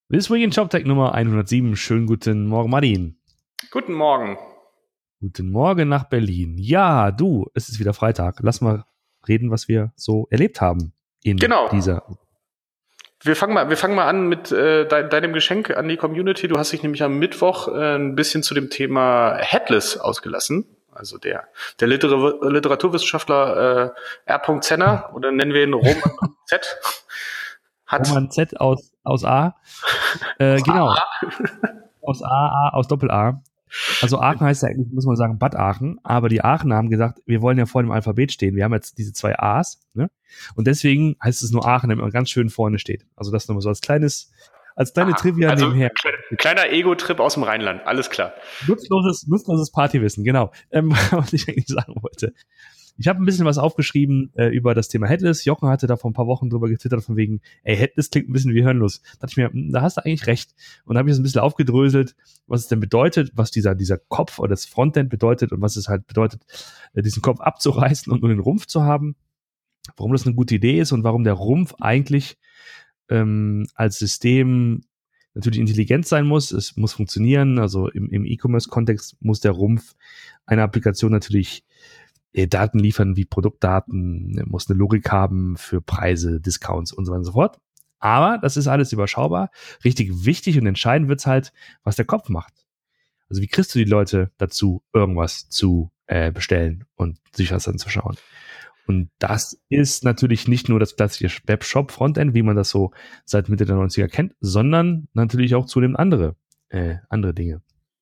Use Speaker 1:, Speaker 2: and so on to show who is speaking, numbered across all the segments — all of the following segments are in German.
Speaker 1: This Week in ShopTech Nummer 107. Schönen guten Morgen, Martin.
Speaker 2: Guten Morgen.
Speaker 1: Guten Morgen nach Berlin. Ja, es ist wieder Freitag. Lass mal reden, was wir so erlebt haben in dieser.
Speaker 2: Wir fangen mal an mit deinem Geschenk an die Community. Du hast dich nämlich am Mittwoch ein bisschen zu dem Thema Headless ausgelassen. Also der Literaturwissenschaftler R. Zenner, oder nennen wir ihn Roman Z.
Speaker 1: Roman Z aus A. Genau. Aus Doppel-A. Also Aachen heißt ja eigentlich, muss man sagen, Bad Aachen, aber die Aachener haben gesagt, wir wollen ja vor dem Alphabet stehen. Wir haben jetzt diese zwei A's, ne? Und deswegen heißt es nur Aachen, damit man ganz schön vorne steht. Also das nochmal so als kleine Trivia nebenher.
Speaker 2: Kleiner Ego-Trip aus dem Rheinland, alles klar.
Speaker 1: Nutzloses Partywissen, genau. Was ich eigentlich sagen wollte. Ich habe ein bisschen was aufgeschrieben über das Thema Headless. Jochen hatte da vor ein paar Wochen drüber getwittert von wegen, Headless klingt ein bisschen wie hirnlos. Da dachte ich mir, da hast du eigentlich recht. Und da habe ich es ein bisschen aufgedröselt, was es denn bedeutet, was dieser Kopf oder das Frontend bedeutet und was es halt bedeutet, diesen Kopf abzureißen und nur den Rumpf zu haben. Warum das eine gute Idee ist und warum der Rumpf eigentlich als System natürlich intelligent sein muss. Es muss funktionieren. Also im E-Commerce-Kontext muss der Rumpf einer Applikation natürlich Daten liefern wie Produktdaten, muss eine Logik haben für Preise, Discounts und so weiter und so fort. Aber das ist alles überschaubar. Richtig wichtig und entscheidend wird's halt, was der Kopf macht. Also wie kriegst du die Leute dazu, irgendwas zu bestellen und sich das anzuschauen? Und das ist natürlich nicht nur das klassische Webshop-Frontend, wie man das so seit Mitte der 90er kennt, sondern natürlich auch zunehmend andere Dinge.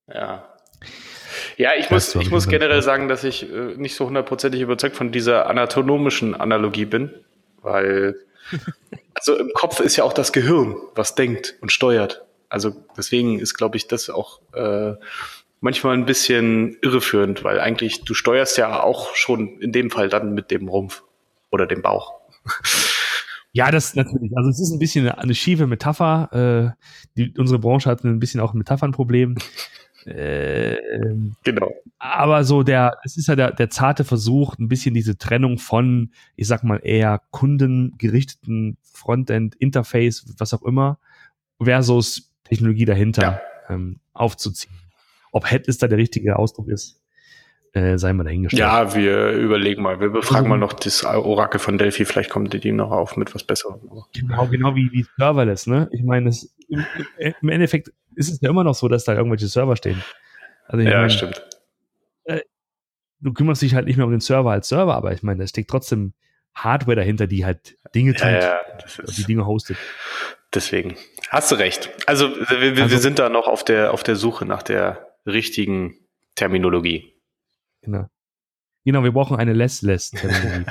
Speaker 2: Ja, ich muss generell sagen, dass ich nicht so hundertprozentig überzeugt von dieser anatomischen Analogie bin, weil also im Kopf ist ja auch das Gehirn, was denkt und steuert. Also deswegen ist, glaube ich, das auch manchmal ein bisschen irreführend, weil eigentlich du steuerst ja auch schon in dem Fall dann mit dem Rumpf oder dem Bauch.
Speaker 1: Ja, das natürlich. Also es ist ein bisschen eine schiefe Metapher. Unsere Branche hat ein bisschen auch ein Metaphernproblem.
Speaker 2: Genau.
Speaker 1: Aber es ist ja der zarte Versuch, ein bisschen diese Trennung von, ich sag mal, eher kundengerichteten Frontend, Interface, was auch immer, versus Technologie dahinter aufzuziehen. Ob Headless da der richtige Ausdruck ist, sei mal dahingestellt.
Speaker 2: Ja, wir überlegen mal. Wir befragen mal noch das Orakel von Delphi. Vielleicht kommt die noch auf mit was Besserem.
Speaker 1: Genau wie Serverless, ne? Ich meine, im Endeffekt ist es ja immer noch so, dass da irgendwelche Server stehen. Also
Speaker 2: stimmt.
Speaker 1: Du kümmerst dich halt nicht mehr um den Server als Server, aber ich meine, da steckt trotzdem Hardware dahinter, die halt Dinge tut, die Dinge hostet.
Speaker 2: Deswegen. Hast du recht. Also wir sind da noch auf der Suche nach der richtigen Terminologie.
Speaker 1: Genau, wir brauchen eine Less-Terminologie.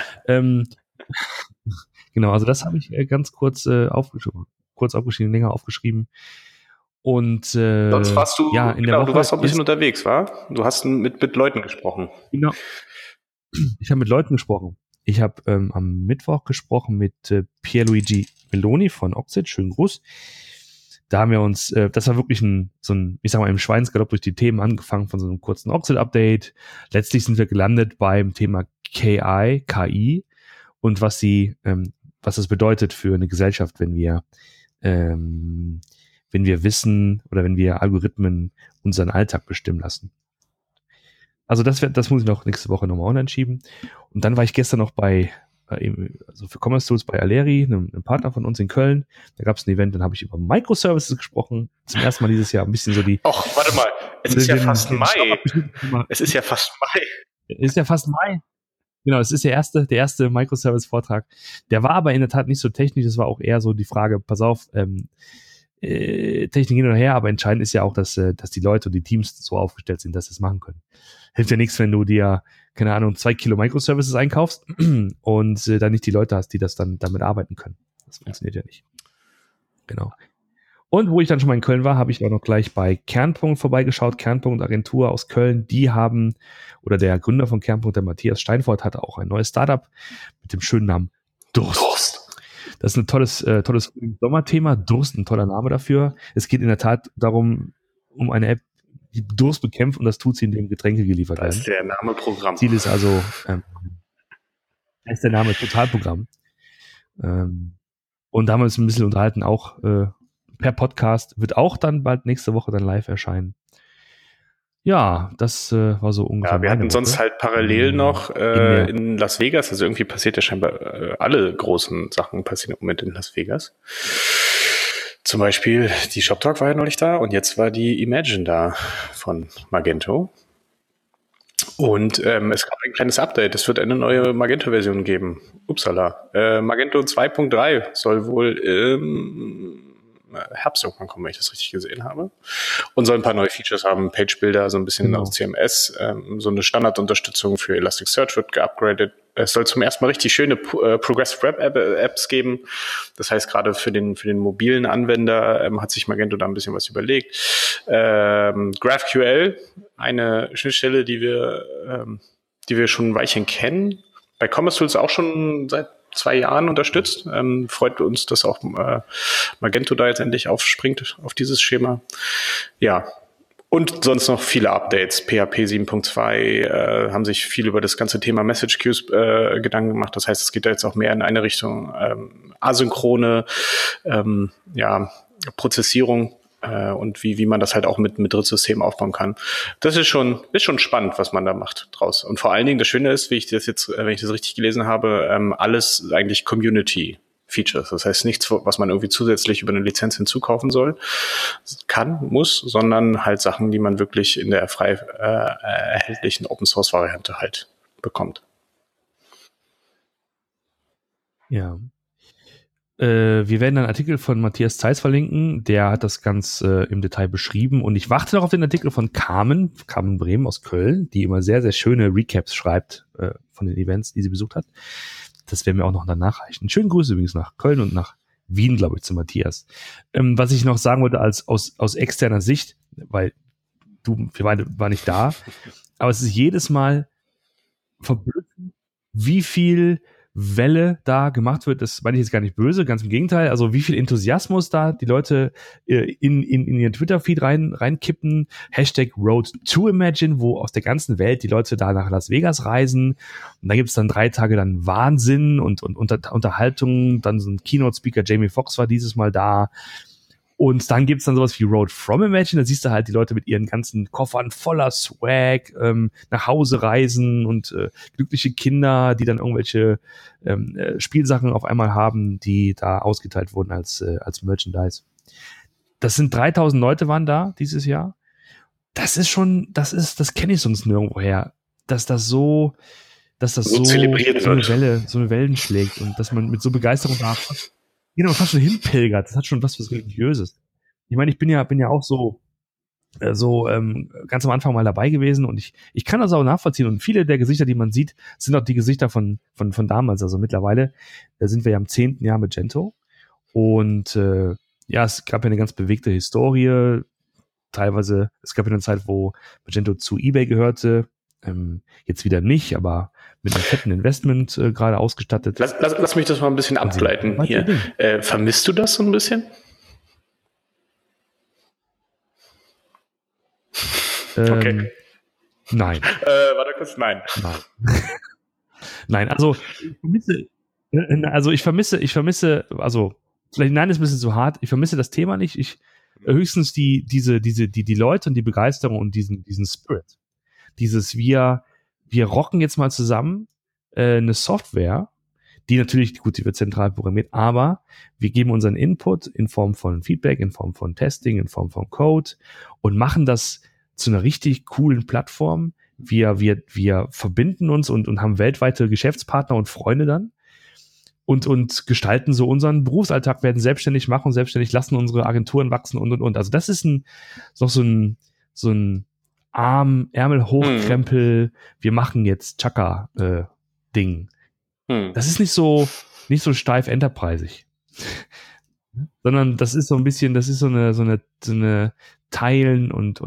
Speaker 1: Genau, also das habe ich ganz kurz aufgeschrieben, länger aufgeschrieben. Und
Speaker 2: sonst warst du,
Speaker 1: der Woche
Speaker 2: du warst noch ein bisschen unterwegs, wa? Du hast mit Leuten gesprochen.
Speaker 1: Genau. Ich habe mit Leuten gesprochen. Ich habe am Mittwoch gesprochen mit Pierluigi Meloni von Oxid. Schönen Gruß. Da haben wir uns, das war wirklich ich sag mal, im Schweinsgalopp durch die Themen angefangen von so einem kurzen Oxid-Update. Letztlich sind wir gelandet beim Thema KI und was das bedeutet für eine Gesellschaft, wenn wir wissen oder wenn wir Algorithmen unseren Alltag bestimmen lassen. Also das muss ich noch nächste Woche nochmal online schieben. Und dann war ich gestern noch für Commerce Tools bei Aleri, einem Partner von uns in Köln. Da gab es ein Event, dann habe ich über Microservices gesprochen. Zum ersten Mal dieses Jahr ein bisschen so die...
Speaker 2: Och, warte mal, es ist ja fast Mai. Es ist ja fast Mai.
Speaker 1: Genau, es ist der erste Microservice-Vortrag. Der war aber in der Tat nicht so technisch, es war auch eher so die Frage, pass auf, Technik hin und her, aber entscheidend ist ja auch, dass die Leute und die Teams so aufgestellt sind, dass sie es machen können. Hilft ja nichts, wenn du dir, keine Ahnung, 2 Kilo Microservices einkaufst und dann nicht die Leute hast, die das dann damit arbeiten können. Das funktioniert ja nicht. Genau. Und wo ich dann schon mal in Köln war, habe ich auch noch gleich bei Kernpunkt vorbeigeschaut. Kernpunkt Agentur aus Köln, der Gründer von Kernpunkt, der Matthias Steinfort, hatte auch ein neues Startup mit dem schönen Namen Durst. Das ist ein tolles Sommerthema. Durst, ein toller Name dafür. Es geht in der Tat darum, um eine App, die Durst bekämpft, und das tut sie, indem Getränke geliefert werden.
Speaker 2: Das ist der Name Programm.
Speaker 1: Ziel ist also, ist der Name Totalprogramm. Und da haben wir uns ein bisschen unterhalten, auch per Podcast, wird auch dann bald nächste Woche dann live erscheinen. Ja, das war so ungefähr.
Speaker 2: Ja, wir hatten sonst halt parallel noch in Las Vegas, also irgendwie passiert ja scheinbar alle großen Sachen passieren im Moment in Las Vegas. Zum Beispiel die Shop Talk war ja neulich da und jetzt war die Imagine da von Magento. Und es gab ein kleines Update. Es wird eine neue Magento-Version geben. Upsala. Magento 2.3 soll wohl im Herbst irgendwann kommen, wenn ich das richtig gesehen habe. Und soll ein paar neue Features haben. Page-Builder, so ein bisschen aus CMS. So eine Standardunterstützung für Elasticsearch wird geupgradet. Es soll zum ersten Mal richtig schöne Progressive Web Apps geben. Das heißt, gerade für den mobilen Anwender hat sich Magento da ein bisschen was überlegt. GraphQL, eine Schnittstelle, die wir schon ein Weilchen kennen. Bei Commerce Tools auch schon seit 2 Jahren unterstützt. Freut uns, dass auch Magento da jetzt endlich aufspringt auf dieses Schema. Ja. Und sonst noch viele Updates. PHP 7.2 haben sich viel über das ganze Thema Message Queues Gedanken gemacht. Das heißt, es geht da jetzt auch mehr in eine Richtung asynchrone Prozessierung und wie man das halt auch mit Drittsystemen aufbauen kann. Das ist schon spannend, was man da macht draus. Und vor allen Dingen, das Schöne ist, wenn ich das richtig gelesen habe, alles eigentlich Community-Features. Das heißt nichts, was man irgendwie zusätzlich über eine Lizenz hinzukaufen muss, sondern halt Sachen, die man wirklich in der frei erhältlichen Open-Source-Variante halt bekommt.
Speaker 1: Ja. Wir werden einen Artikel von Matthias Zeitz verlinken, der hat das ganz im Detail beschrieben und ich warte noch auf den Artikel von Carmen Brehm aus Köln, die immer sehr, sehr schöne Recaps schreibt von den Events, die sie besucht hat. Das werden wir auch noch danach reichen. Schönen Grüße übrigens nach Köln und nach Wien, glaube ich, zu Matthias. Was ich noch sagen wollte aus externer Sicht, weil wir waren nicht da, aber es ist jedes Mal verblüffend, wie viel Welle da gemacht wird. Das meine ich jetzt gar nicht böse, ganz im Gegenteil. Also wie viel Enthusiasmus da die Leute in ihren Twitter-Feed reinkippen. Hashtag Road to Imagine, wo aus der ganzen Welt die Leute da nach Las Vegas reisen. Und da gibt es dann 3 Tage dann Wahnsinn und Unterhaltung. Dann so ein Keynote-Speaker, Jamie Foxx war dieses Mal da. Und dann gibt's dann sowas wie Road from Imagine, da siehst du halt die Leute mit ihren ganzen Koffern voller Swag nach Hause reisen und glückliche Kinder, die dann irgendwelche Spielsachen auf einmal haben, die da ausgeteilt wurden als Merchandise. Das sind 3000 Leute waren da dieses Jahr. Das kenne ich sonst nirgendwo her, dass das so
Speaker 2: zelebriert
Speaker 1: so eine Wellen schlägt und dass man mit so Begeisterung fast schon hinpilgert. Das hat schon was Religiöses. Ich meine, ich bin ja auch so ganz am Anfang mal dabei gewesen und ich kann das auch nachvollziehen und viele der Gesichter, die man sieht, sind auch die Gesichter von damals. Also mittlerweile sind wir ja im 10. Jahr mit Magento und es gab ja eine ganz bewegte Historie. Teilweise, es gab ja eine Zeit, wo Magento zu eBay gehörte, jetzt wieder nicht, aber mit einem fetten Investment gerade ausgestattet.
Speaker 2: Lass mich das mal ein bisschen ableiten hier. Vermisst du das so ein bisschen? Okay.
Speaker 1: Nein.
Speaker 2: Warte kurz, nein.
Speaker 1: Nein, also ich vermisse, also vielleicht nein ist ein bisschen zu hart, ich vermisse das Thema nicht, höchstens die Leute und die Begeisterung und diesen Spirit. Wir rocken jetzt mal zusammen eine Software, die natürlich, gut, die wird zentral programmiert, aber wir geben unseren Input in Form von Feedback, in Form von Testing, in Form von Code und machen das zu einer richtig coolen Plattform. Wir verbinden uns und haben weltweite Geschäftspartner und Freunde dann und gestalten so unseren Berufsalltag, werden selbstständig, machen uns selbstständig, lassen unsere Agenturen wachsen und. Also das ist noch so ein Arm, Ärmel hochkrempel, wir machen jetzt Chaka-Ding. Das ist nicht so steif enterprisig. Sondern das ist so ein bisschen, das ist so eine Teilen und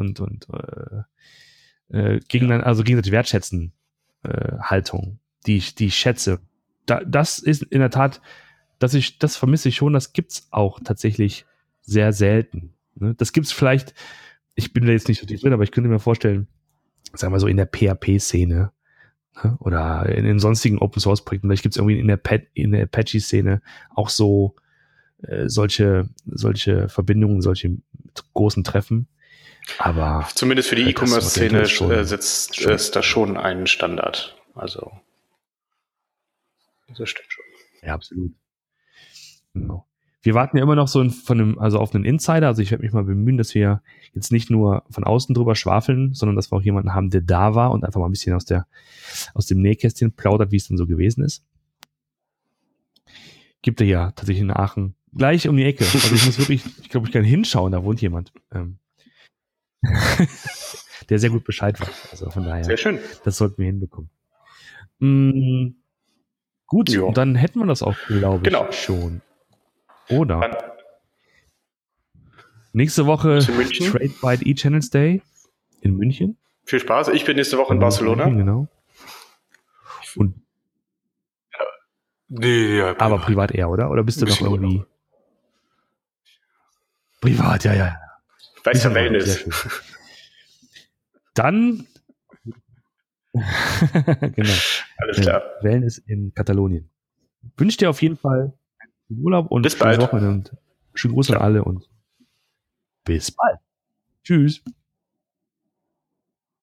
Speaker 1: gegenseitig wertschätzen Haltung, die ich schätze. Das ist in der Tat, das vermisse ich schon, das gibt's auch tatsächlich sehr selten. Ne? Das gibt's vielleicht, ich bin da jetzt nicht so tief drin, aber ich könnte mir vorstellen, sagen wir so in der PHP-Szene, ne? Oder in den sonstigen Open-Source-Projekten, vielleicht gibt's irgendwie in der Apache-Szene auch so solche Verbindungen, solche großen Treffen. Aber
Speaker 2: zumindest für die E-Commerce-Szene setzt
Speaker 1: schon.
Speaker 2: es da schon einen Standard. Also, das stimmt schon.
Speaker 1: Ja, absolut. Genau. Wir warten ja immer noch so auf einen Insider. Also ich werde mich mal bemühen, dass wir jetzt nicht nur von außen drüber schwafeln, sondern dass wir auch jemanden haben, der da war und einfach mal ein bisschen aus dem Nähkästchen plaudert, wie es denn so gewesen ist. Gibt er ja tatsächlich in Aachen gleich um die Ecke. Also ich glaube, ich kann hinschauen, da wohnt jemand. Der sehr gut Bescheid weiß. Also von daher.
Speaker 2: Sehr schön.
Speaker 1: Das sollten wir hinbekommen. Gut,
Speaker 2: Jo.
Speaker 1: und dann hätten wir das auch, glaube
Speaker 2: Genau.
Speaker 1: ich, schon. Oder?
Speaker 2: Dann
Speaker 1: nächste Woche
Speaker 2: München.
Speaker 1: Trade by E-Channels Day in München.
Speaker 2: Viel Spaß. Ich bin nächste Woche in Barcelona.
Speaker 1: München, genau. Und
Speaker 2: Nee, ja,
Speaker 1: aber privat eher, oder? Oder bist du noch irgendwie privat? Ja.
Speaker 2: Weiß ja Wellness.
Speaker 1: Dann genau.
Speaker 2: Alles klar.
Speaker 1: Wellness in Katalonien. Wünsche dir auf jeden Fall Urlaub und
Speaker 2: bis bald.
Speaker 1: Wochenende und schönen Gruß an alle und bis bald. Tschüss.